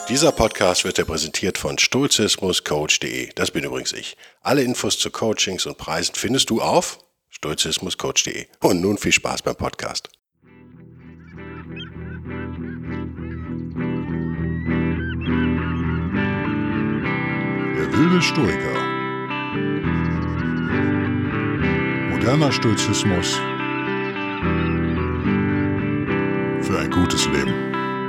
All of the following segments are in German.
Dieser Podcast wird dir präsentiert von stoizismuscoach.de. Das bin übrigens ich. Alle Infos zu Coachings und Preisen findest du auf stoizismuscoach.de. Und nun viel Spaß beim Podcast. Der wilde Stoiker. Moderner Stoizismus für ein gutes Leben.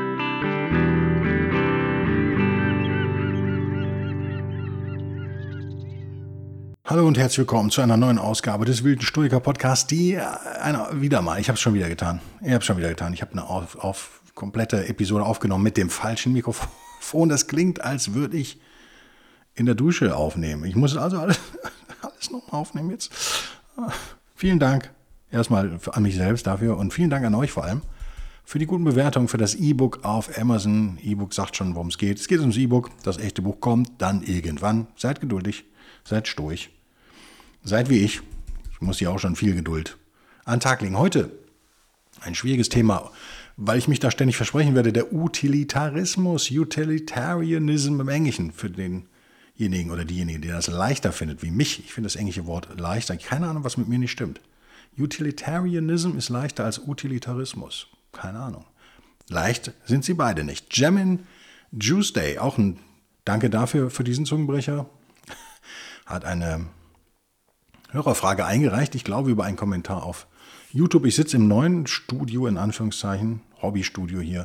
Hallo und herzlich willkommen zu einer neuen Ausgabe des wilden Stoiker Podcasts. Ich habe es schon wieder getan. Ich habe eine komplette Episode aufgenommen mit dem falschen Mikrofon. Das klingt, als würde ich in der Dusche aufnehmen. Ich muss also alles nochmal aufnehmen jetzt. Vielen Dank erstmal an mich selbst dafür und vielen Dank an euch vor allem für die guten Bewertungen für das E-Book auf Amazon. E-Book sagt schon, worum es geht. Es geht ums E-Book. Das echte Buch kommt dann irgendwann. Seid geduldig, seid stoisch. Seid wie ich. Ich muss hier auch schon viel Geduld an den Tag legen. Heute ein schwieriges Thema, weil ich mich da ständig versprechen werde. Der Utilitarismus, Utilitarianism im Englischen für denjenigen oder diejenige, der das leichter findet wie mich. Ich finde das englische Wort leichter. Keine Ahnung, was mit mir nicht stimmt. Utilitarianism ist leichter als Utilitarismus. Keine Ahnung. Leicht sind sie beide nicht. Jamin Tuesday, auch ein Danke dafür für diesen Zungenbrecher, hat eine Hörerfrage eingereicht, ich glaube über einen Kommentar auf YouTube. Ich sitze im neuen Studio, in Anführungszeichen, Hobbystudio hier,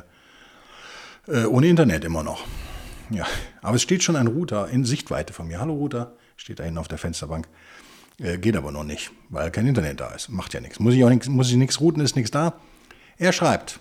ohne Internet immer noch. Ja, aber es steht schon ein Router in Sichtweite von mir. Hallo Router, steht da hinten auf der Fensterbank. Geht aber noch nicht, weil kein Internet da ist. Macht ja nichts. Muss ich nichts routen, ist nichts da. Er schreibt,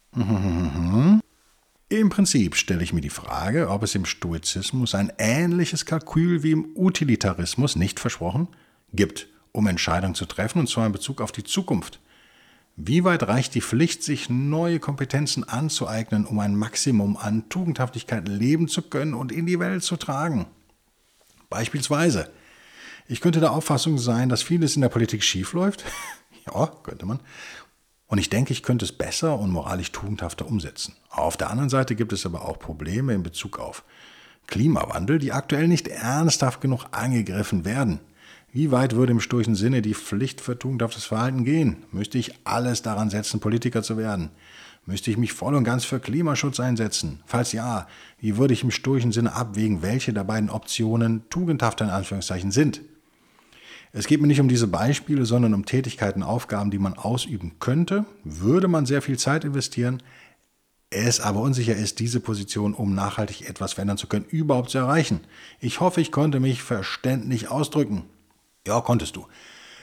im Prinzip stelle ich mir die Frage, ob es im Stoizismus ein ähnliches Kalkül wie im Utilitarismus, nicht versprochen, gibt, um Entscheidungen zu treffen, und zwar in Bezug auf die Zukunft. Wie weit reicht die Pflicht, sich neue Kompetenzen anzueignen, um ein Maximum an Tugendhaftigkeit leben zu können und in die Welt zu tragen? Beispielsweise, ich könnte der Auffassung sein, dass vieles in der Politik schiefläuft. Ja, könnte man. Und ich denke, ich könnte es besser und moralisch tugendhafter umsetzen. Auf der anderen Seite gibt es aber auch Probleme in Bezug auf Klimawandel, die aktuell nicht ernsthaft genug angegriffen werden. Wie weit würde im stoischen Sinne die Pflicht für tugendhaftes Verhalten gehen? Müsste ich alles daran setzen, Politiker zu werden? Müsste ich mich voll und ganz für Klimaschutz einsetzen? Falls ja, wie würde ich im stoischen Sinne abwägen, welche der beiden Optionen tugendhafter in Anführungszeichen sind? Es geht mir nicht um diese Beispiele, sondern um Tätigkeiten, Aufgaben, die man ausüben könnte. Würde man sehr viel Zeit investieren, es aber unsicher ist, diese Position, um nachhaltig etwas verändern zu können, überhaupt zu erreichen. Ich hoffe, ich konnte mich verständlich ausdrücken. Ja, konntest du.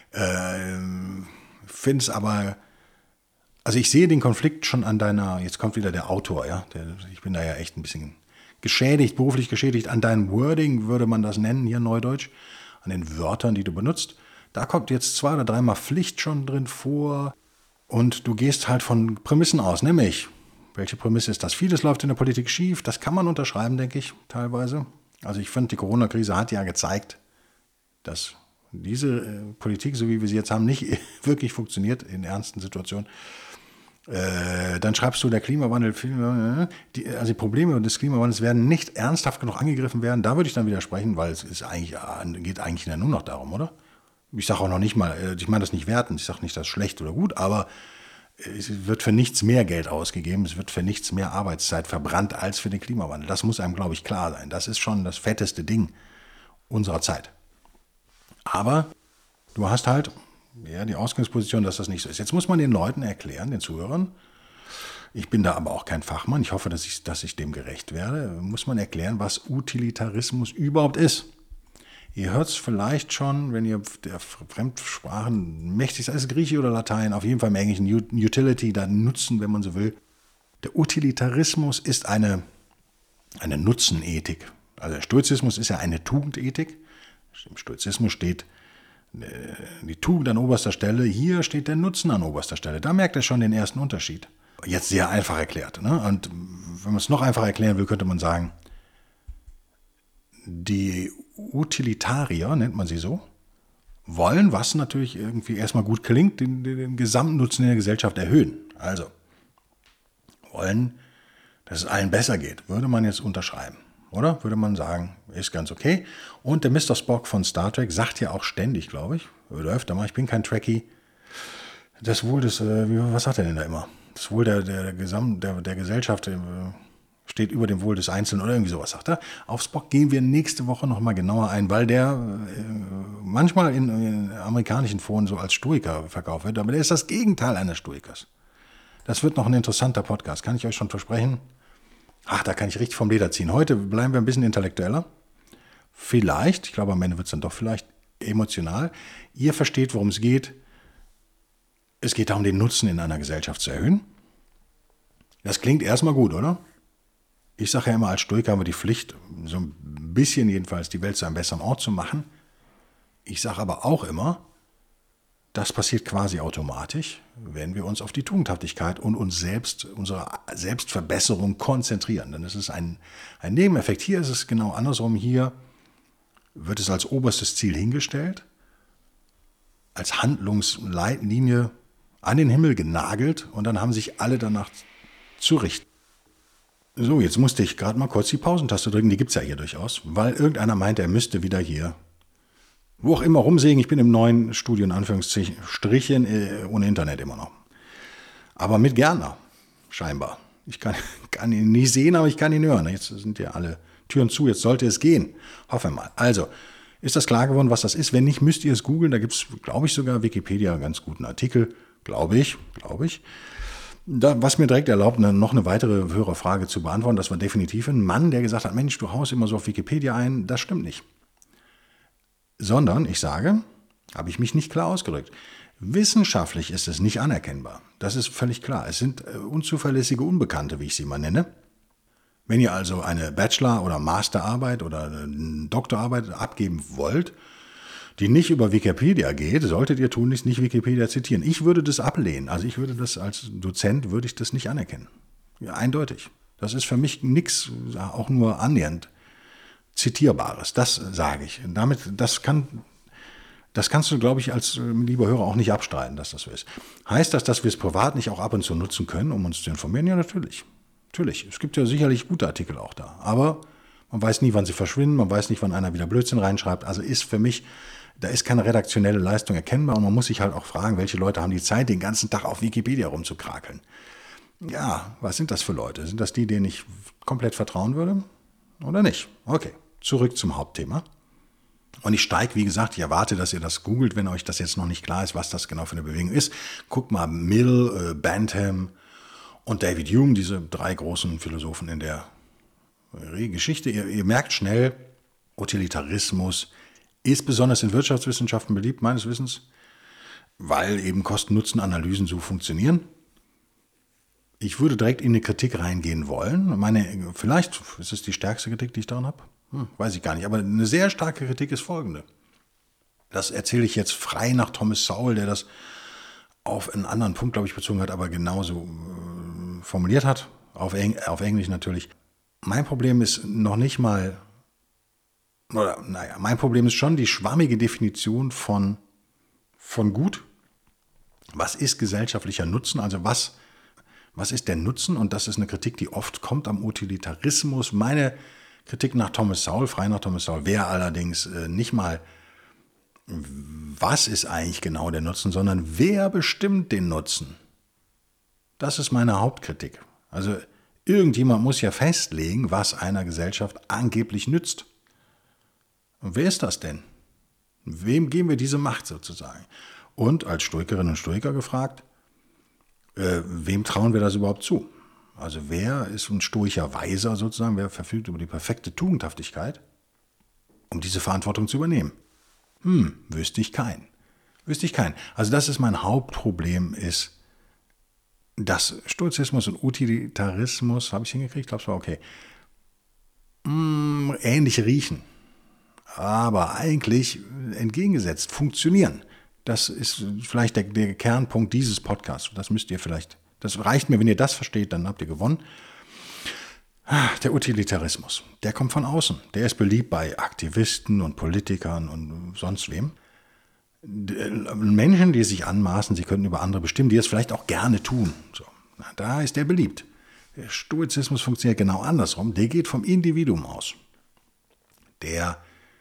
Finde es aber, also ich sehe den Konflikt schon an deiner, jetzt kommt wieder der Autor, ja, ich bin da ja echt ein bisschen geschädigt, beruflich geschädigt, an deinem Wording würde man das nennen, hier Neudeutsch, an den Wörtern, die du benutzt. Da kommt jetzt 2 oder 3 Mal Pflicht schon drin vor und du gehst halt von Prämissen aus, nämlich, welche Prämisse ist das? Vieles läuft in der Politik schief, das kann man unterschreiben, denke ich, teilweise. Also ich finde, die Corona-Krise hat ja gezeigt, dass diese Politik, so wie wir sie jetzt haben, nicht wirklich funktioniert in ernsten Situationen. Dann schreibst du, der Klimawandel, also die Probleme des Klimawandels werden nicht ernsthaft genug angegriffen werden. Da würde ich dann widersprechen, weil es geht eigentlich nur noch darum, oder? Ich sage auch noch nicht mal, ich meine das nicht wertend, ich sage nicht, das ist schlecht oder gut, aber es wird für nichts mehr Geld ausgegeben, es wird für nichts mehr Arbeitszeit verbrannt als für den Klimawandel. Das muss einem, glaube ich, klar sein. Das ist schon das fetteste Ding unserer Zeit. Aber du hast halt die Ausgangsposition, dass das nicht so ist. Jetzt muss man den Leuten erklären, den Zuhörern, ich bin da aber auch kein Fachmann, ich hoffe, dass ich dem gerecht werde, muss man erklären, was Utilitarismus überhaupt ist. Ihr hört es vielleicht schon, wenn ihr der Fremdsprachen mächtig seid, ist Griechisch oder Latein, auf jeden Fall im Englischen Utility, da Nutzen, wenn man so will. Der Utilitarismus ist eine Nutzenethik. Also der Stoizismus ist ja eine Tugendethik. Im Stoizismus steht die Tugend an oberster Stelle, hier steht der Nutzen an oberster Stelle. Da merkt ihr schon den ersten Unterschied. Jetzt sehr einfach erklärt. Ne? Und wenn man es noch einfacher erklären will, könnte man sagen, die Utilitarier, nennt man sie so, wollen, was natürlich irgendwie erstmal gut klingt, den Gesamtnutzen in der Gesellschaft erhöhen. Also wollen dass es allen besser geht, würde man jetzt unterschreiben. Oder? Würde man sagen, ist ganz okay. Und der Mr. Spock von Star Trek sagt ja auch ständig, glaube ich, oder öfter mal, ich bin kein Trekkie. Das Wohl des, was sagt er denn da immer? Das Wohl der Gesellschaft steht über dem Wohl des Einzelnen oder irgendwie sowas, sagt er. Auf Spock gehen wir nächste Woche nochmal genauer ein, weil der manchmal in amerikanischen Foren so als Stoiker verkauft wird, aber der ist das Gegenteil eines Stoikers. Das wird noch ein interessanter Podcast, kann ich euch schon versprechen. Ach, da kann ich richtig vom Leder ziehen. Heute bleiben wir ein bisschen intellektueller. Vielleicht, ich glaube am Ende wird es dann doch vielleicht emotional. Ihr versteht, worum es geht. Es geht darum, den Nutzen in einer Gesellschaft zu erhöhen. Das klingt erstmal gut, oder? Ich sage ja immer, als Stoiker haben wir die Pflicht, so ein bisschen jedenfalls die Welt zu einem besseren Ort zu machen. Ich sage aber auch immer, das passiert quasi automatisch, wenn wir uns auf die Tugendhaftigkeit und uns selbst, unsere Selbstverbesserung konzentrieren. Denn es ist ein Nebeneffekt. Hier ist es genau andersrum. Hier wird es als oberstes Ziel hingestellt, als Handlungsleitlinie an den Himmel genagelt und dann haben sich alle danach zu richten. So, jetzt musste ich gerade mal kurz die Pausentaste drücken, die gibt es ja hier durchaus, weil irgendeiner meinte, er müsste wieder hier wo auch immer rumsägen. Ich bin im neuen Studio, in Anführungsstrichen, ohne Internet immer noch. Aber mit Gärtner, scheinbar. Ich kann ihn nie sehen, aber ich kann ihn hören. Jetzt sind ja alle Türen zu, jetzt sollte es gehen. Hoffen wir mal. Also, ist das klar geworden, was das ist? Wenn nicht, müsst ihr es googeln. Da gibt es, glaube ich, sogar Wikipedia einen ganz guten Artikel. Glaube ich. Was mir direkt erlaubt, noch eine weitere Hörerfrage zu beantworten. Das war definitiv ein Mann, der gesagt hat, Mensch, du haust immer so auf Wikipedia ein. Das stimmt nicht. Sondern, ich sage, habe ich mich nicht klar ausgedrückt, wissenschaftlich ist es nicht anerkennbar. Das ist völlig klar. Es sind unzuverlässige Unbekannte, wie ich sie mal nenne. Wenn ihr also eine Bachelor- oder Masterarbeit oder eine Doktorarbeit abgeben wollt, die nicht über Wikipedia geht, solltet ihr tunlichst nicht Wikipedia zitieren. Ich würde das ablehnen. Also ich würde das als Dozent, würde ich das nicht anerkennen. Ja, eindeutig. Das ist für mich nichts, auch nur annähernd Zitierbares, das sage ich. Das kannst du, glaube ich, als lieber Hörer auch nicht abstreiten, dass das so ist. Heißt das, dass wir es privat nicht auch ab und zu nutzen können, um uns zu informieren? Ja, natürlich. Es gibt ja sicherlich gute Artikel auch da. Aber man weiß nie, wann sie verschwinden, man weiß nicht, wann einer wieder Blödsinn reinschreibt. Also ist für mich, da ist keine redaktionelle Leistung erkennbar und man muss sich halt auch fragen, welche Leute haben die Zeit, den ganzen Tag auf Wikipedia rumzukrakeln. Ja, was sind das für Leute? Sind das die, denen ich komplett vertrauen würde? Oder nicht? Okay, zurück zum Hauptthema. Und ich steige, wie gesagt, ich erwarte, dass ihr das googelt, wenn euch das jetzt noch nicht klar ist, was das genau für eine Bewegung ist. Guckt mal Mill, Bentham und David Hume, diese drei großen Philosophen in der Geschichte. Ihr merkt schnell, Utilitarismus ist besonders in Wirtschaftswissenschaften beliebt, meines Wissens, weil eben Kosten-Nutzen-Analysen so funktionieren. Ich würde direkt in eine Kritik reingehen wollen. Vielleicht ist es die stärkste Kritik, die ich daran habe. Weiß ich gar nicht. Aber eine sehr starke Kritik ist folgende. Das erzähle ich jetzt frei nach Thomas Sowell, der das auf einen anderen Punkt, glaube ich, bezogen hat, aber genauso formuliert hat. Auf Englisch natürlich. Mein Problem ist noch nicht mal, mein Problem ist schon die schwammige Definition von Gut. Was ist gesellschaftlicher Nutzen? Also was ist der Nutzen? Und das ist eine Kritik, die oft kommt am Utilitarismus. Meine Kritik nach Thomas Sowell, frei nach Thomas Sowell, wäre allerdings nicht mal, was ist eigentlich genau der Nutzen, sondern wer bestimmt den Nutzen? Das ist meine Hauptkritik. Also irgendjemand muss ja festlegen, was einer Gesellschaft angeblich nützt. Und wer ist das denn? Wem geben wir diese Macht sozusagen? Und als Stoikerinnen und Stoiker gefragt, wem trauen wir das überhaupt zu? Also wer ist ein stoischer Weiser sozusagen, wer verfügt über die perfekte Tugendhaftigkeit, um diese Verantwortung zu übernehmen? Wüsste ich keinen. Also das ist mein Hauptproblem, ist, dass Stoizismus und Utilitarismus, habe ich es hingekriegt? Ich glaube, es war okay, ähnlich riechen, aber eigentlich entgegengesetzt funktionieren. Das ist vielleicht der Kernpunkt dieses Podcasts. Das reicht mir, wenn ihr das versteht, dann habt ihr gewonnen. Der Utilitarismus, der kommt von außen. Der ist beliebt bei Aktivisten und Politikern und sonst wem. Menschen, die sich anmaßen, sie könnten über andere bestimmen, die es vielleicht auch gerne tun. So, da ist der beliebt. Der Stoizismus funktioniert genau andersrum. Der geht vom Individuum aus. Der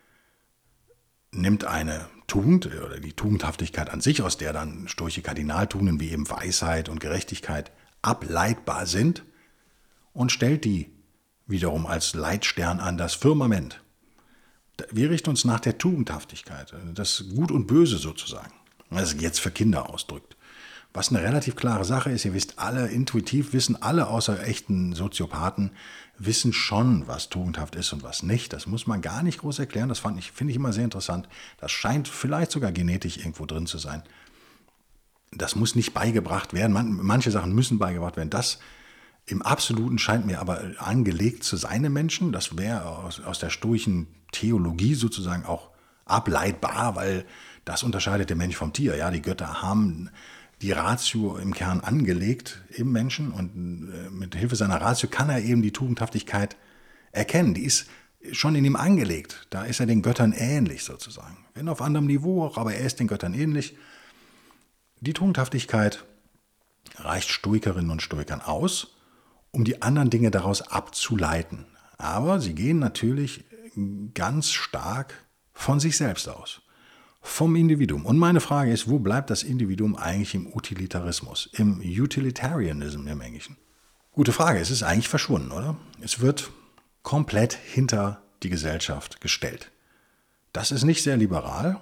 nimmt eine Tugend oder die Tugendhaftigkeit an sich, aus der dann stoische Kardinaltugenden wie eben Weisheit und Gerechtigkeit ableitbar sind, und stellt die wiederum als Leitstern an das Firmament. Wir richten uns nach der Tugendhaftigkeit, das Gut und Böse sozusagen, was jetzt für Kinder ausdrückt. Was eine relativ klare Sache ist, ihr wisst alle, intuitiv wissen alle außer echten Soziopathen, wissen schon, was tugendhaft ist und was nicht. Das muss man gar nicht groß erklären, das finde ich immer sehr interessant. Das scheint vielleicht sogar genetisch irgendwo drin zu sein. Das muss nicht beigebracht werden, manche Sachen müssen beigebracht werden. Das im Absoluten scheint mir aber angelegt zu sein im Menschen. Das wäre aus der stoischen Theologie sozusagen auch ableitbar, weil das unterscheidet den Mensch vom Tier. Ja, die Götter haben die Ratio im Kern angelegt im Menschen und mit Hilfe seiner Ratio kann er eben die Tugendhaftigkeit erkennen. Die ist schon in ihm angelegt. Da ist er den Göttern ähnlich sozusagen. Wenn auf anderem Niveau auch, aber er ist den Göttern ähnlich. Die Tugendhaftigkeit reicht Stoikerinnen und Stoikern aus, um die anderen Dinge daraus abzuleiten. Aber sie gehen natürlich ganz stark von sich selbst aus. Vom Individuum. Und meine Frage ist, wo bleibt das Individuum eigentlich im Utilitarismus, im Utilitarianism im Englischen? Gute Frage, es ist eigentlich verschwunden, oder? Es wird komplett hinter die Gesellschaft gestellt. Das ist nicht sehr liberal,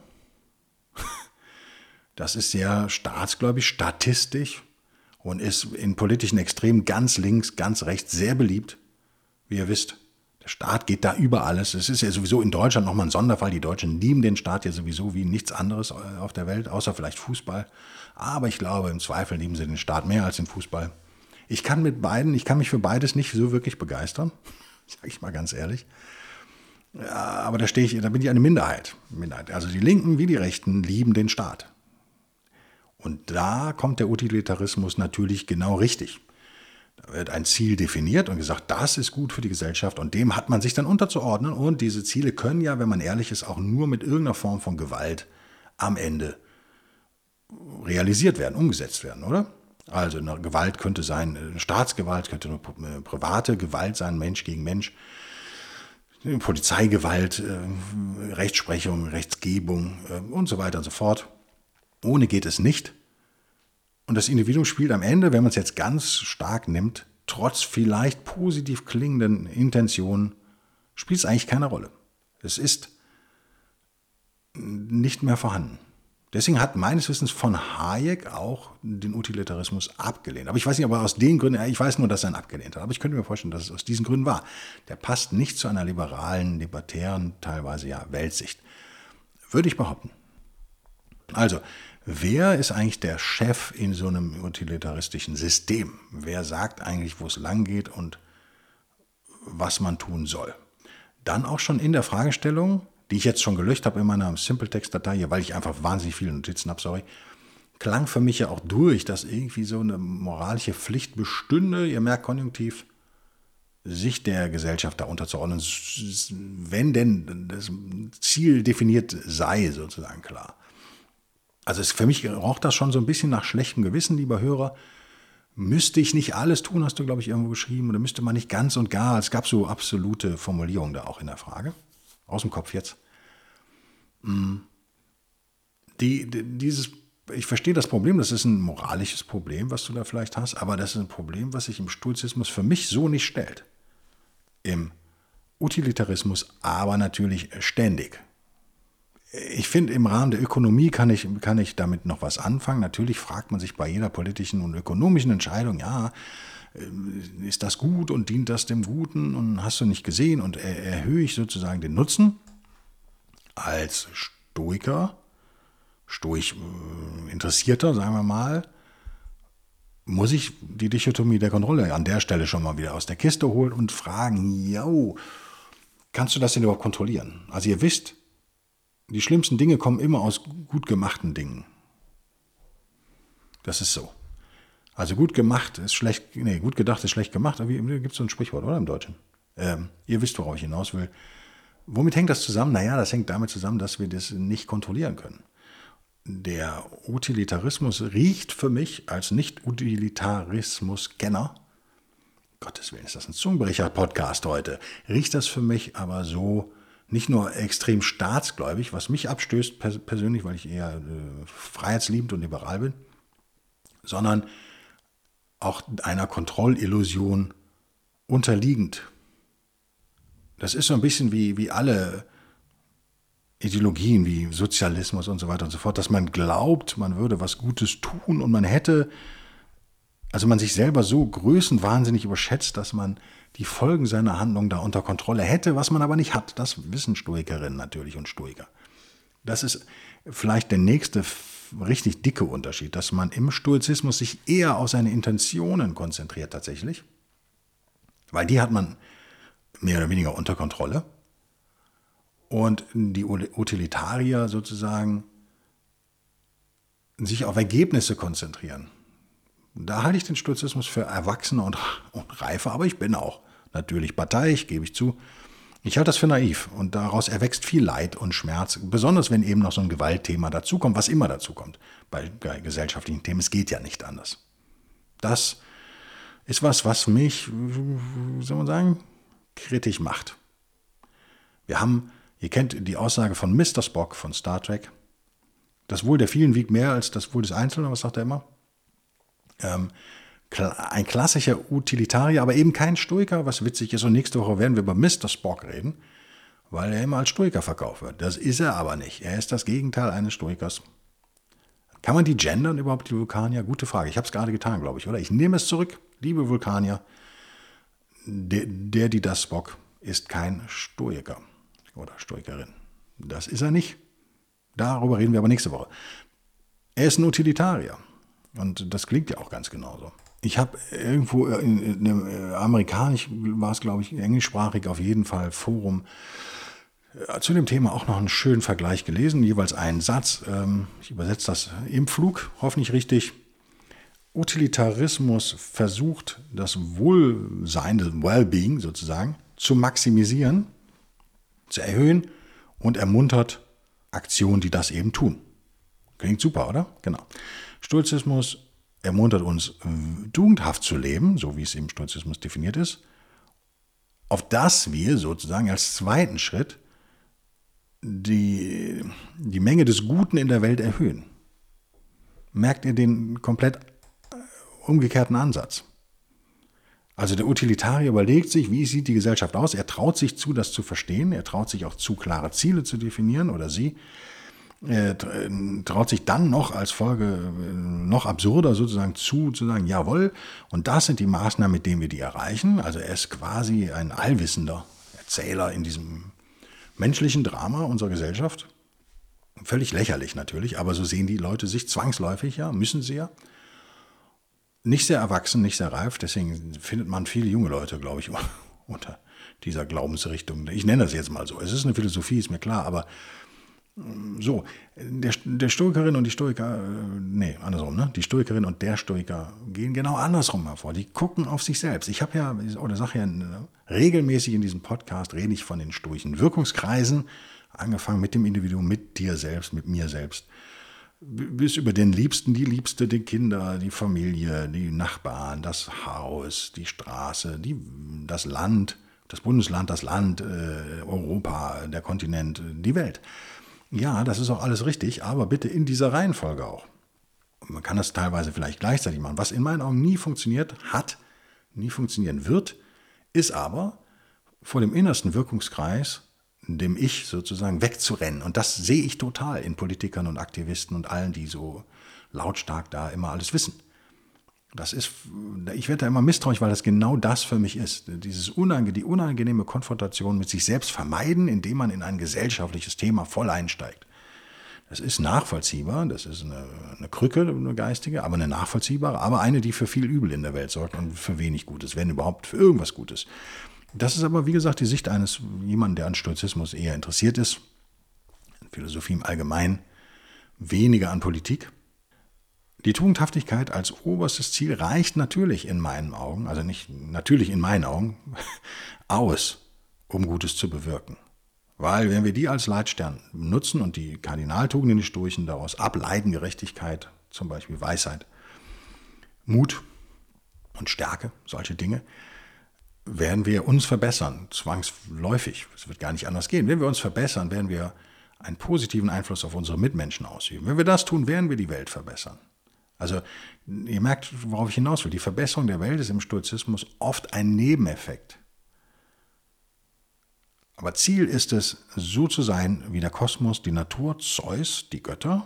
das ist sehr staatsgläubig, statistisch und ist in politischen Extremen ganz links, ganz rechts sehr beliebt, wie ihr wisst. Der Staat geht da über alles. Es ist ja sowieso in Deutschland nochmal ein Sonderfall. Die Deutschen lieben den Staat ja sowieso wie nichts anderes auf der Welt, außer vielleicht Fußball. Aber ich glaube, im Zweifel lieben sie den Staat mehr als den Fußball. Ich kann mich für beides nicht so wirklich begeistern, sage ich mal ganz ehrlich. Ja, aber da bin ich eine Minderheit. Also die Linken wie die Rechten lieben den Staat. Und da kommt der Utilitarismus natürlich genau richtig. Da wird ein Ziel definiert und gesagt, das ist gut für die Gesellschaft und dem hat man sich dann unterzuordnen. Und diese Ziele können ja, wenn man ehrlich ist, auch nur mit irgendeiner Form von Gewalt am Ende realisiert werden, umgesetzt werden, oder? Also eine Gewalt könnte sein, eine Staatsgewalt könnte eine private Gewalt sein, Mensch gegen Mensch, Polizeigewalt, Rechtsprechung, Rechtsgebung und so weiter und so fort. Ohne geht es nicht. Und das Individuum spielt am Ende, wenn man es jetzt ganz stark nimmt, trotz vielleicht positiv klingenden Intentionen, spielt es eigentlich keine Rolle. Es ist nicht mehr vorhanden. Deswegen hat meines Wissens von Hayek auch den Utilitarismus abgelehnt. Aber ich weiß nicht, ob er aus den Gründen, ich weiß nur, dass er ihn abgelehnt hat. Aber ich könnte mir vorstellen, dass es aus diesen Gründen war. Der passt nicht zu einer liberalen, libertären, teilweise ja Weltsicht. Würde ich behaupten. Also, wer ist eigentlich der Chef in so einem utilitaristischen System? Wer sagt eigentlich, wo es lang geht und was man tun soll? Dann auch schon in der Fragestellung, die ich jetzt schon gelöscht habe in meiner Simple-Text-Datei hier, weil ich einfach wahnsinnig viele Notizen habe, klang für mich ja auch durch, dass irgendwie so eine moralische Pflicht bestünde, ihr merkt Konjunktiv, sich der Gesellschaft da unterzuordnen, wenn denn das Ziel definiert sei, sozusagen klar. Also für mich roch das schon so ein bisschen nach schlechtem Gewissen, lieber Hörer. Müsste ich nicht alles tun, hast du, glaube ich, irgendwo geschrieben, oder müsste man nicht ganz und gar, es gab so absolute Formulierungen da auch in der Frage, aus dem Kopf jetzt. Ich verstehe das Problem, das ist ein moralisches Problem, was du da vielleicht hast, aber das ist ein Problem, was sich im Stoizismus für mich so nicht stellt. Im Utilitarismus aber natürlich ständig. Ich finde, im Rahmen der Ökonomie kann ich damit noch was anfangen. Natürlich fragt man sich bei jeder politischen und ökonomischen Entscheidung, ja, ist das gut und dient das dem Guten und hast du nicht gesehen und erhöhe ich sozusagen den Nutzen als Stoiker, stoisch Interessierter, sagen wir mal, muss ich die Dichotomie der Kontrolle an der Stelle schon mal wieder aus der Kiste holen und fragen, kannst du das denn überhaupt kontrollieren? Also ihr wisst, die schlimmsten Dinge kommen immer aus gut gemachten Dingen. Das ist so. Also gut gedacht ist schlecht gemacht. Gibt es so ein Sprichwort, oder im Deutschen? Ihr wisst, worauf ich hinaus will. Womit hängt das zusammen? Naja, das hängt damit zusammen, dass wir das nicht kontrollieren können. Der Utilitarismus riecht für mich als Nicht-Utilitarismus-Kenner Gottes Willen, ist das ein Zungenbrecher-Podcast heute. Riecht das für mich aber so nicht nur extrem staatsgläubig, was mich abstößt persönlich, weil ich eher freiheitsliebend und liberal bin, sondern auch einer Kontrollillusion unterliegend. Das ist so ein bisschen wie alle Ideologien, wie Sozialismus und so weiter und so fort, dass man glaubt, man würde was Gutes tun und man sich selber so größenwahnsinnig überschätzt, dass man die Folgen seiner Handlung da unter Kontrolle hätte, was man aber nicht hat. Das wissen Stoikerinnen natürlich und Stoiker. Das ist vielleicht der nächste richtig dicke Unterschied, dass man im Stoizismus sich eher auf seine Intentionen konzentriert tatsächlich, weil die hat man mehr oder weniger unter Kontrolle. Und die Utilitarier sozusagen sich auf Ergebnisse konzentrieren. Da halte ich den Stoizismus für erwachsener und reifer, aber ich bin auch natürlich parteiisch, gebe ich zu. Ich halte das für naiv und daraus erwächst viel Leid und Schmerz, besonders wenn eben noch so ein Gewaltthema dazukommt, was immer dazukommt bei gesellschaftlichen Themen. Es geht ja nicht anders. Das ist was mich, wie soll man sagen, kritisch macht. Ihr kennt die Aussage von Mr. Spock von Star Trek. Das Wohl der vielen wiegt mehr als das Wohl des Einzelnen, was sagt er immer? Ein klassischer Utilitarier, aber eben kein Stoiker, was witzig ist. Und nächste Woche werden wir über Mr. Spock reden, weil er immer als Stoiker verkauft wird. Das ist er aber nicht. Er ist das Gegenteil eines Stoikers. Kann man die gendern überhaupt, die Vulkanier? Gute Frage. Ich habe es gerade getan, glaube ich, oder? Ich nehme es zurück, liebe Vulkanier. Die das Spock ist kein Stoiker oder Stoikerin. Das ist er nicht. Darüber reden wir aber nächste Woche. Er ist ein Utilitarier. Und das klingt ja auch ganz genauso. Ich habe irgendwo in einem amerikanisch, war es glaube ich, englischsprachig auf jeden Fall Forum zu dem Thema auch noch einen schönen Vergleich gelesen. Jeweils einen Satz. Ich übersetze das im Flug, hoffentlich richtig. Utilitarismus versucht, das Wohlsein, das Wellbeing sozusagen, zu maximisieren, zu erhöhen und ermuntert Aktionen, die das eben tun. Klingt super, oder? Genau. Stoizismus ermuntert uns, tugendhaft zu leben, so wie es im Stoizismus definiert ist, auf das wir sozusagen als zweiten Schritt die Menge des Guten in der Welt erhöhen. Merkt ihr den komplett umgekehrten Ansatz? Also der Utilitarier überlegt sich, wie sieht die Gesellschaft aus? Er traut sich zu, das zu verstehen. Er traut sich auch zu, klare Ziele zu definieren oder sie. Er traut sich dann noch als Folge noch absurder sozusagen zu sagen, jawohl, und das sind die Maßnahmen, mit denen wir die erreichen. Also er ist quasi ein allwissender Erzähler in diesem menschlichen Drama unserer Gesellschaft. Völlig lächerlich natürlich, aber so sehen die Leute sich zwangsläufig, ja, müssen sie ja. Nicht sehr erwachsen, nicht sehr reif, deswegen findet man viele junge Leute, glaube ich, unter dieser Glaubensrichtung. Ich nenne das jetzt mal so. Es ist eine Philosophie, ist mir klar, aber so, der Stoikerin und die Stoiker, andersrum, ne? Die Stoikerin und der Stoiker gehen genau andersrum hervor. Die gucken auf sich selbst. Ich habe ja, oder sage ja, regelmäßig in diesem Podcast rede ich von den stoischen Wirkungskreisen, angefangen mit dem Individuum, mit dir selbst, mit mir selbst, bis über den Liebsten, die Liebste, die Kinder, die Familie, die Nachbarn, das Haus, die Straße, das Land, das Bundesland, das Land, Europa, der Kontinent, die Welt. Ja, das ist auch alles richtig, aber bitte in dieser Reihenfolge auch. Man kann das teilweise vielleicht gleichzeitig machen. Was in meinen Augen nie funktioniert hat, nie funktionieren wird, ist aber vor dem innersten Wirkungskreis, dem Ich sozusagen, wegzurennen. Und das sehe ich total in Politikern und Aktivisten und allen, die so lautstark da immer alles wissen. Ich werde da immer misstrauisch, weil das genau das für mich ist. Die unangenehme Konfrontation mit sich selbst vermeiden, indem man in ein gesellschaftliches Thema voll einsteigt. Das ist nachvollziehbar, das ist eine Krücke, eine geistige, aber eine nachvollziehbare, aber eine, die für viel Übel in der Welt sorgt und für wenig Gutes, wenn überhaupt für irgendwas Gutes. Das ist aber, wie gesagt, die Sicht eines jemanden, der an Stoizismus eher interessiert ist, an Philosophie im Allgemeinen, weniger an Politik. Die Tugendhaftigkeit als oberstes Ziel reicht natürlich in meinen Augen, also nicht natürlich in meinen Augen, aus, um Gutes zu bewirken. Weil wenn wir die als Leitstern nutzen und die Kardinaltugenden, die Stoischen daraus ableiten, Gerechtigkeit, zum Beispiel Weisheit, Mut und Stärke, solche Dinge, werden wir uns verbessern, zwangsläufig. Es wird gar nicht anders gehen. Wenn wir uns verbessern, werden wir einen positiven Einfluss auf unsere Mitmenschen ausüben. Wenn wir das tun, werden wir die Welt verbessern. Also ihr merkt, worauf ich hinaus will. Die Verbesserung der Welt ist im Stoizismus oft ein Nebeneffekt. Aber Ziel ist es, so zu sein wie der Kosmos, die Natur, Zeus, die Götter,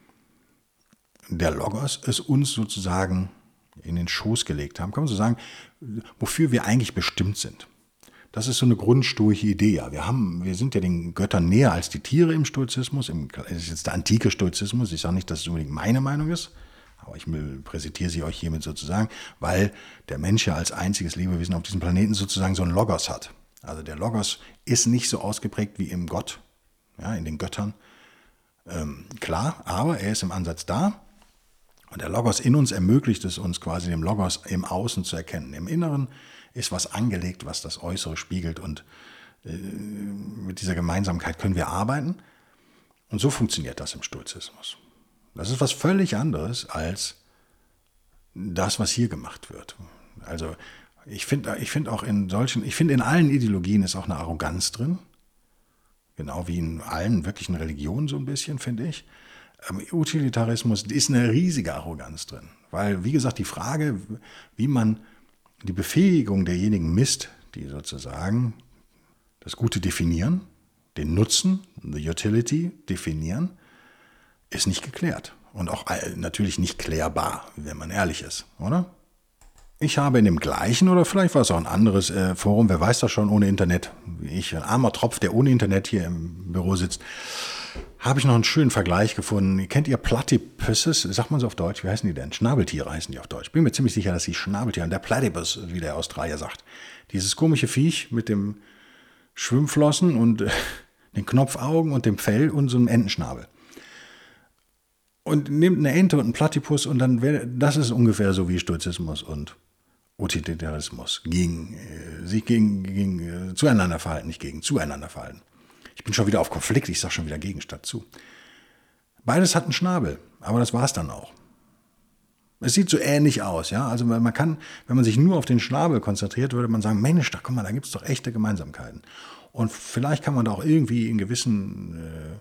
der Logos, es uns sozusagen in den Schoß gelegt haben. Kann man so sagen, wofür wir eigentlich bestimmt sind. Das ist so eine grundstoische Idee. Ja. Wir sind ja den Göttern näher als die Tiere im Stoizismus. Das ist jetzt der antike Stoizismus. Ich sage nicht, dass es unbedingt meine Meinung ist, aber ich präsentiere sie euch hiermit sozusagen, weil der Mensch ja als einziges Lebewesen auf diesem Planeten sozusagen so einen Logos hat. Also der Logos ist nicht so ausgeprägt wie im Gott, ja, in den Göttern. Klar, aber er ist im Ansatz da. Und der Logos in uns ermöglicht es uns quasi, dem Logos im Außen zu erkennen. Im Inneren ist was angelegt, was das Äußere spiegelt. Und mit dieser Gemeinsamkeit können wir arbeiten. Und so funktioniert das im Stoizismus. Das ist was völlig anderes als das, was hier gemacht wird. Also ich finde in allen Ideologien ist auch eine Arroganz drin. Genau wie in allen wirklichen Religionen so ein bisschen, finde ich. Utilitarismus ist eine riesige Arroganz drin. Weil, wie gesagt, die Frage, wie man die Befähigung derjenigen misst, die sozusagen das Gute definieren, den Nutzen, the utility definieren, ist nicht geklärt. Und auch natürlich nicht klärbar, wenn man ehrlich ist, oder? Ich habe in dem gleichen, oder vielleicht war es auch ein anderes Forum, wer weiß das schon, ohne Internet, wie ich, ein armer Tropf, der ohne Internet hier im Büro sitzt, habe ich noch einen schönen Vergleich gefunden. Kennt ihr Platypuses? Sagt man so auf Deutsch? Wie heißen die denn? Schnabeltiere heißen die auf Deutsch. Bin mir ziemlich sicher, dass sie Schnabeltiere, der Platypus, wie der Australier sagt. Dieses komische Viech mit dem Schwimmflossen und den Knopfaugen und dem Fell und so einem Entenschnabel. Und nimmt eine Ente und einen Platypus und dann das ist ungefähr so wie Stoizismus und Utilitarismus. Sich zueinander verhalten, nicht gegen, zueinander verhalten. Ich bin schon wieder auf Konflikt, ich sage schon wieder gegen statt zu. Beides hat einen Schnabel, aber das war es dann auch. Es sieht so ähnlich aus, ja. Also man kann, wenn man sich nur auf den Schnabel konzentriert, würde man sagen, Mensch, da guck mal, da gibt es doch echte Gemeinsamkeiten. Und vielleicht kann man da auch irgendwie in gewissen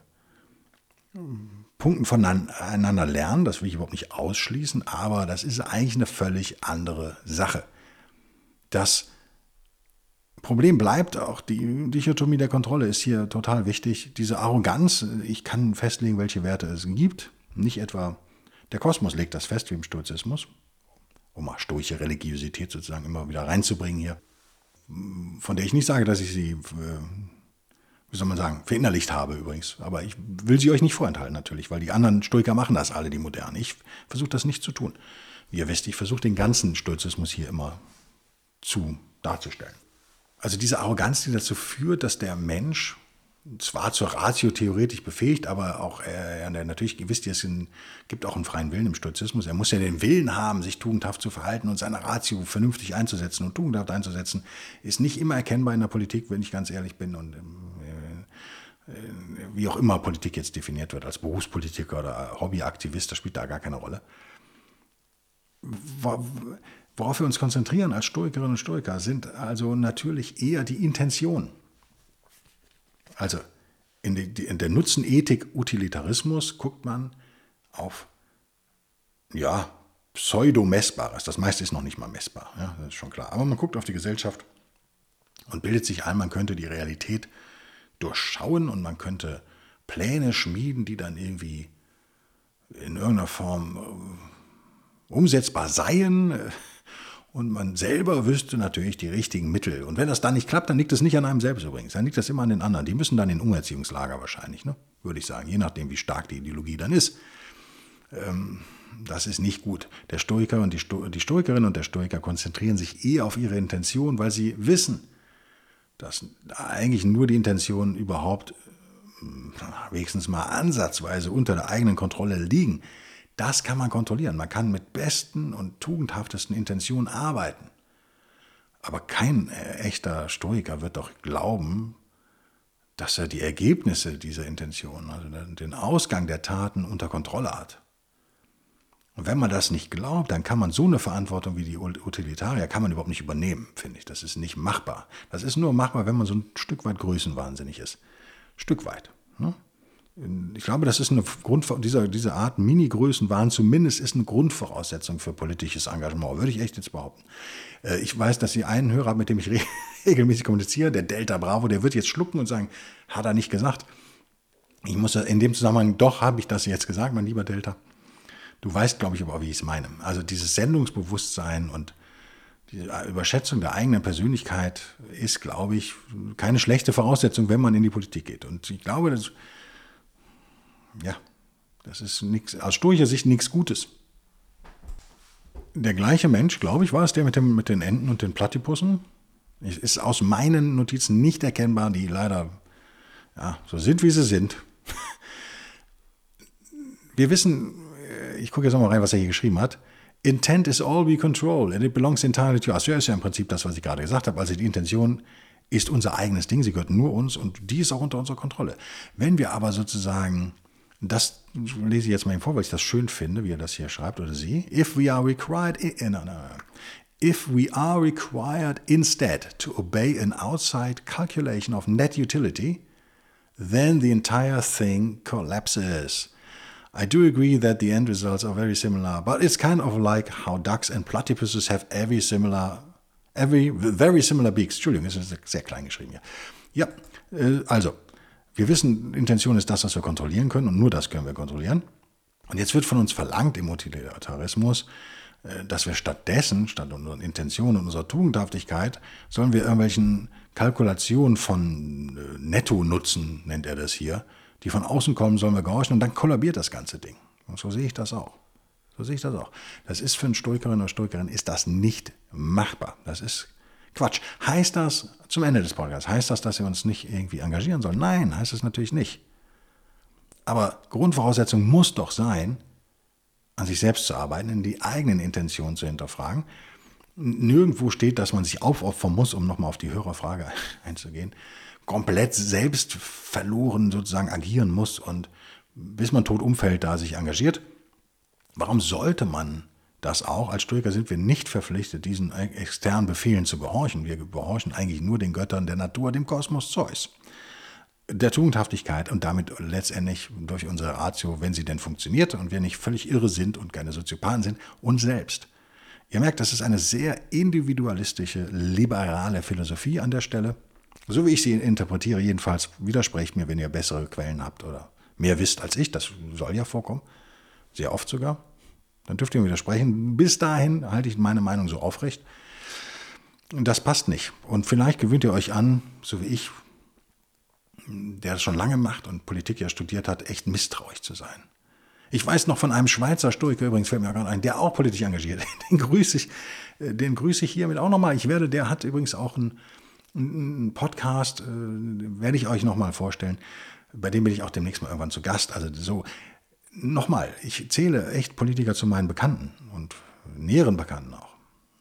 Punkten voneinander lernen, das will ich überhaupt nicht ausschließen, aber das ist eigentlich eine völlig andere Sache. Das Problem bleibt auch, die Dichotomie der Kontrolle ist hier total wichtig. Diese Arroganz, ich kann festlegen, welche Werte es gibt. Nicht etwa, der Kosmos legt das fest wie im Stoizismus, um mal stoische Religiosität sozusagen immer wieder reinzubringen hier, von der ich nicht sage, dass ich sie, wie soll man sagen, verinnerlicht habe übrigens. Aber ich will sie euch nicht vorenthalten natürlich, weil die anderen Stoiker machen das alle, die Modernen. Ich versuche das nicht zu tun. Wie ihr wisst, ich versuche den ganzen Stoizismus hier immer darzustellen. Also diese Arroganz, die dazu führt, dass der Mensch zwar zur Ratio theoretisch befähigt, aber auch, natürlich, wisst ihr, es gibt auch einen freien Willen im Stoizismus. Er muss ja den Willen haben, sich tugendhaft zu verhalten und seine Ratio vernünftig einzusetzen und tugendhaft einzusetzen, ist nicht immer erkennbar in der Politik, wenn ich ganz ehrlich bin. Und wie auch immer Politik jetzt definiert wird, als Berufspolitiker oder Hobbyaktivist, das spielt da gar keine Rolle. Worauf wir uns konzentrieren als Stoikerinnen und Stoiker, sind also natürlich eher die Intentionen. Also in der Nutzenethik Utilitarismus guckt man auf Pseudo-Messbares. Das meiste ist noch nicht mal messbar, ja, das ist schon klar. Aber man guckt auf die Gesellschaft und bildet sich ein, man könnte die Realität durchschauen und man könnte Pläne schmieden, die dann irgendwie in irgendeiner Form umsetzbar seien. Und man selber wüsste natürlich die richtigen Mittel. Und wenn das dann nicht klappt, dann liegt es nicht an einem selbst übrigens. Dann liegt das immer an den anderen. Die müssen dann in Umerziehungslager wahrscheinlich, ne? Würde ich sagen. Je nachdem, wie stark die Ideologie dann ist. Das ist nicht gut. Der Stoiker und die Stoikerin und der Stoiker konzentrieren sich eher auf ihre Intention, weil sie wissen, dass eigentlich nur die Intentionen überhaupt wenigstens mal ansatzweise unter der eigenen Kontrolle liegen. Das kann man kontrollieren. Man kann mit besten und tugendhaftesten Intentionen arbeiten. Aber kein echter Stoiker wird doch glauben, dass er die Ergebnisse dieser Intentionen, also den Ausgang der Taten unter Kontrolle hat. Und wenn man das nicht glaubt, dann kann man so eine Verantwortung wie die Utilitarier kann man überhaupt nicht übernehmen, finde ich. Das ist nicht machbar. Das ist nur machbar, wenn man so ein Stück weit größenwahnsinnig ist. Stück weit. Ne? Ich glaube, das ist diese Art Mini-Größenwahn zumindest ist eine Grundvoraussetzung für politisches Engagement, würde ich echt jetzt behaupten. Ich weiß, dass Sie einen Hörer haben, mit dem ich regelmäßig kommuniziere, der Delta Bravo, der wird jetzt schlucken und sagen, hat er nicht gesagt. Ich muss in dem Zusammenhang, doch habe ich das jetzt gesagt, mein lieber Delta. Du weißt, glaube ich, aber auch, wie ich es meine. Also dieses Sendungsbewusstsein und die Überschätzung der eigenen Persönlichkeit ist, glaube ich, keine schlechte Voraussetzung, wenn man in die Politik geht. Und ich glaube, das ist nichts, aus stoischer Sicht nichts Gutes. Der gleiche Mensch, glaube ich, war es der mit den Enten und den Platypussen. Ist aus meinen Notizen nicht erkennbar, die leider so sind, wie sie sind. Wir wissen, ich gucke jetzt nochmal rein, was er hier geschrieben hat. Intent is all we control and it belongs entirely to us. Ja, ist ja im Prinzip das, was ich gerade gesagt habe. Also die Intention ist unser eigenes Ding, sie gehört nur uns und die ist auch unter unserer Kontrolle. Wenn wir aber sozusagen, das lese ich jetzt mal vor, weil ich das schön finde, wie er das hier schreibt oder sie. If we are required instead to obey an outside calculation of net utility, then the entire thing collapses. I do agree that the end results are very similar, but it's kind of like how ducks and platypuses have very similar beaks. Entschuldigung, das ist sehr klein geschrieben hier. Ja, also, wir wissen, Intention ist das, was wir kontrollieren können und nur das können wir kontrollieren. Und jetzt wird von uns verlangt im Utilitarismus, dass wir statt unseren Intentionen und unserer Tugendhaftigkeit, sollen wir irgendwelchen Kalkulationen von Netto-Nutzen, nennt er das hier, die von außen kommen, sollen wir gehorchen und dann kollabiert das ganze Ding. Und so sehe ich das auch. Das ist für einen Stoikerin oder Stoikerin ist das nicht machbar. Das ist Quatsch. Heißt das, zum Ende des Podcasts, heißt das, dass wir uns nicht irgendwie engagieren sollen? Nein, heißt es natürlich nicht. Aber Grundvoraussetzung muss doch sein, an sich selbst zu arbeiten, in die eigenen Intentionen zu hinterfragen. Nirgendwo steht, dass man sich aufopfern muss, um nochmal auf die Hörerfrage einzugehen, komplett selbstverloren sozusagen agieren muss und bis man tot umfällt, da sich engagiert. Warum sollte man das auch? Als Stoiker sind wir nicht verpflichtet, diesen externen Befehlen zu gehorchen. Wir gehorchen eigentlich nur den Göttern der Natur, dem Kosmos Zeus, der Tugendhaftigkeit und damit letztendlich durch unsere Ratio, wenn sie denn funktioniert und wir nicht völlig irre sind und keine Soziopathen sind, uns selbst. Ihr merkt, das ist eine sehr individualistische, liberale Philosophie an der Stelle. So wie ich sie interpretiere, jedenfalls widersprecht mir, wenn ihr bessere Quellen habt oder mehr wisst als ich. Das soll ja vorkommen, sehr oft sogar. Dann dürft ihr mir widersprechen. Bis dahin halte ich meine Meinung so aufrecht. Das passt nicht. Und vielleicht gewöhnt ihr euch an, so wie ich, der das schon lange macht und Politik ja studiert hat, echt misstrauisch zu sein. Ich weiß noch von einem Schweizer Stoiker, übrigens fällt mir gerade ein, der auch politisch engagiert. Den grüße ich hiermit auch nochmal. Der hat übrigens auch einen Podcast, werde ich euch nochmal vorstellen. Bei dem bin ich auch demnächst mal irgendwann zu Gast. Also so, nochmal, ich zähle echt Politiker zu meinen Bekannten und näheren Bekannten auch.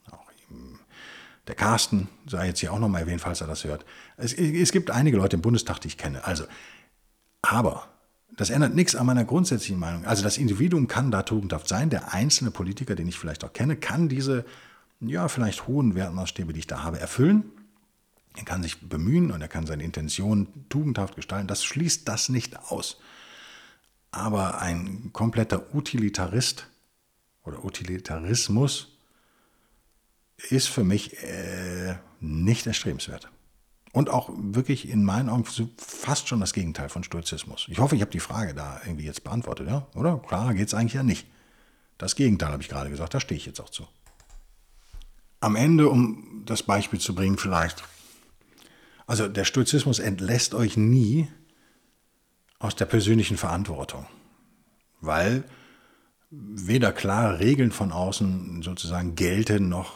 Der Carsten sei jetzt hier auch nochmal erwähnt, falls er das hört. Es gibt einige Leute im Bundestag, die ich kenne. Also, aber das ändert nichts an meiner grundsätzlichen Meinung. Also das Individuum kann da tugendhaft sein. Der einzelne Politiker, den ich vielleicht auch kenne, kann diese, vielleicht hohen Wertmaßstäbe, die ich da habe, erfüllen. Er kann sich bemühen und er kann seine Intentionen tugendhaft gestalten. Das schließt das nicht aus. Aber ein kompletter Utilitarist oder Utilitarismus ist für mich nicht erstrebenswert. Und auch wirklich in meinen Augen fast schon das Gegenteil von Stoizismus. Ich hoffe, ich habe die Frage da irgendwie jetzt beantwortet, ja? Oder? Klarer geht es eigentlich ja nicht. Das Gegenteil habe ich gerade gesagt, da stehe ich jetzt auch zu. Am Ende, um das Beispiel zu bringen vielleicht, also der Stoizismus entlässt euch nie aus der persönlichen Verantwortung, weil weder klare Regeln von außen sozusagen gelten, noch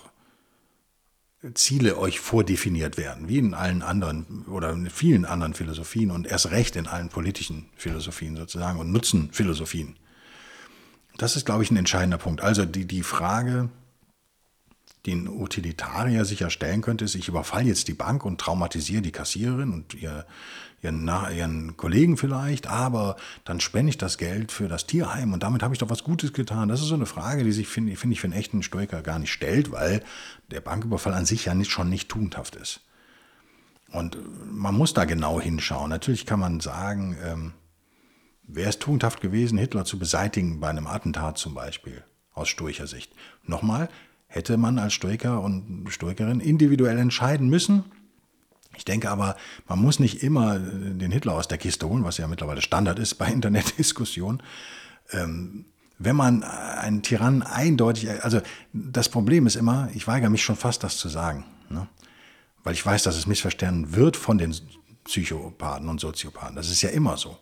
Ziele euch vordefiniert werden, wie in allen anderen oder in vielen anderen Philosophien und erst recht in allen politischen Philosophien sozusagen und Nutzenphilosophien. Das ist, glaube ich, ein entscheidender Punkt. Also die Frage, den Utilitarier sicher stellen könnte, ist, ich überfalle jetzt die Bank und traumatisiere die Kassiererin und ihren Kollegen vielleicht, aber dann spende ich das Geld für das Tierheim und damit habe ich doch was Gutes getan. Das ist so eine Frage, die sich, finde ich, für einen echten Stoiker gar nicht stellt, weil der Banküberfall an sich ja schon nicht tugendhaft ist. Und man muss da genau hinschauen. Natürlich kann man sagen, wäre es tugendhaft gewesen, Hitler zu beseitigen bei einem Attentat zum Beispiel, aus stoischer Sicht. Nochmal, hätte man als Stoiker und Stoikerin individuell entscheiden müssen. Ich denke aber, man muss nicht immer den Hitler aus der Kiste holen, was ja mittlerweile Standard ist bei Internetdiskussionen. Wenn man einen Tyrannen eindeutig, also das Problem ist immer, ich weigere mich schon fast, das zu sagen, ne? Weil ich weiß, dass es missverstanden wird von den Psychopathen und Soziopathen. Das ist ja immer so.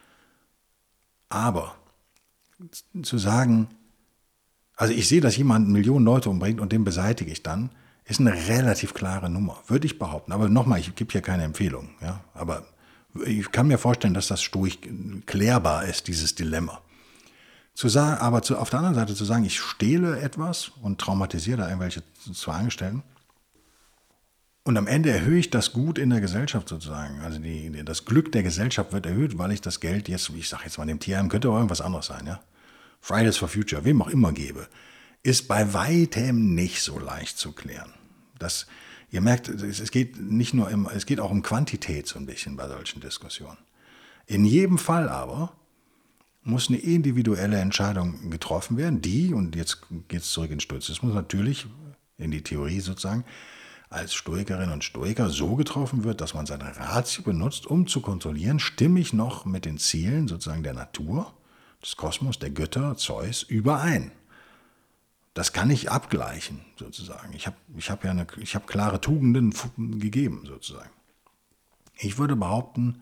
Aber zu sagen, also ich sehe, dass jemand Millionen Leute umbringt und den beseitige ich dann, ist eine relativ klare Nummer, würde ich behaupten. Aber nochmal, ich gebe hier keine Empfehlung. Ja? Aber ich kann mir vorstellen, dass das stoisch klärbar ist, dieses Dilemma. Auf der anderen Seite zu sagen, ich stehle etwas und traumatisiere da irgendwelche zwei Angestellten und am Ende erhöhe ich das Gut in der Gesellschaft sozusagen. Also das Glück der Gesellschaft wird erhöht, weil ich das Geld jetzt, ich sage jetzt mal dem Tierheim, könnte auch irgendwas anderes sein, ja. Fridays for Future, wem auch immer gebe, ist bei weitem nicht so leicht zu klären. Ihr merkt, es geht nicht nur es geht auch um Quantität so ein bisschen bei solchen Diskussionen. In jedem Fall aber muss eine individuelle Entscheidung getroffen werden, die, und jetzt geht es zurück in den Stoizismus, natürlich in die Theorie sozusagen, als Stoikerin und Stoiker so getroffen wird, dass man seine Ratio benutzt, um zu kontrollieren, stimme ich noch mit den Zielen sozusagen der Natur, des Kosmos, der Götter, Zeus, überein. Das kann ich abgleichen, sozusagen. Ich habe klare Tugenden gegeben, sozusagen. Ich würde behaupten,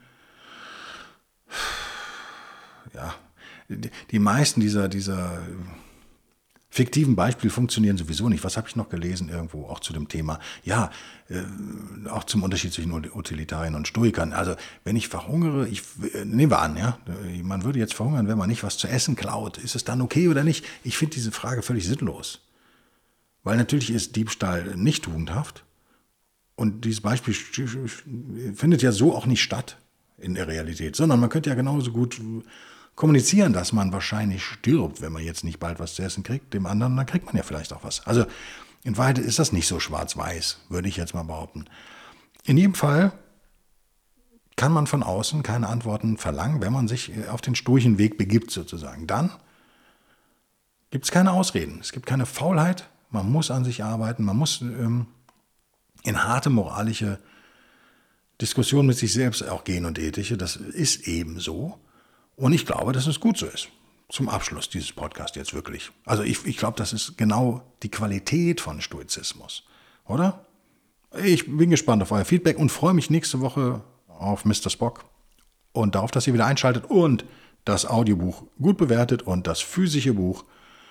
ja, die meisten dieser fiktiven Beispiele funktionieren sowieso nicht. Was habe ich noch gelesen irgendwo, auch zu dem Thema? Ja, auch zum Unterschied zwischen Utilitariern und Stoikern. Also, wenn ich verhungere, nehmen wir an, ja, man würde jetzt verhungern, wenn man nicht was zu essen klaut. Ist es dann okay oder nicht? Ich finde diese Frage völlig sinnlos. Weil natürlich ist Diebstahl nicht tugendhaft und dieses Beispiel findet ja so auch nicht statt in der Realität, sondern man könnte ja genauso gut kommunizieren, dass man wahrscheinlich stirbt, wenn man jetzt nicht bald was zu essen kriegt, dem anderen, dann kriegt man ja vielleicht auch was. Also in Wahrheit ist das nicht so schwarz-weiß, würde ich jetzt mal behaupten. In jedem Fall kann man von außen keine Antworten verlangen, wenn man sich auf den stoischen Weg begibt sozusagen. Dann gibt es keine Ausreden, es gibt keine Faulheit, man muss an sich arbeiten, man muss in harte moralische Diskussionen mit sich selbst auch gehen und ethische, das ist eben so. Und ich glaube, dass es gut so ist. Zum Abschluss dieses Podcasts jetzt wirklich. Also ich glaube, das ist genau die Qualität von Stoizismus, oder? Ich bin gespannt auf euer Feedback und freue mich nächste Woche auf Mr. Spock und darauf, dass ihr wieder einschaltet und das Audiobuch gut bewertet und das physische Buch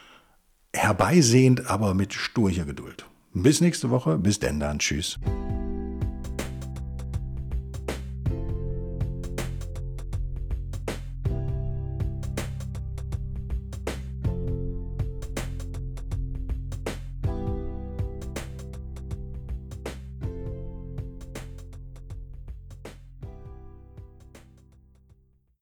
herbeisehend, aber mit stoischer Geduld. Bis nächste Woche, bis denn dann, tschüss.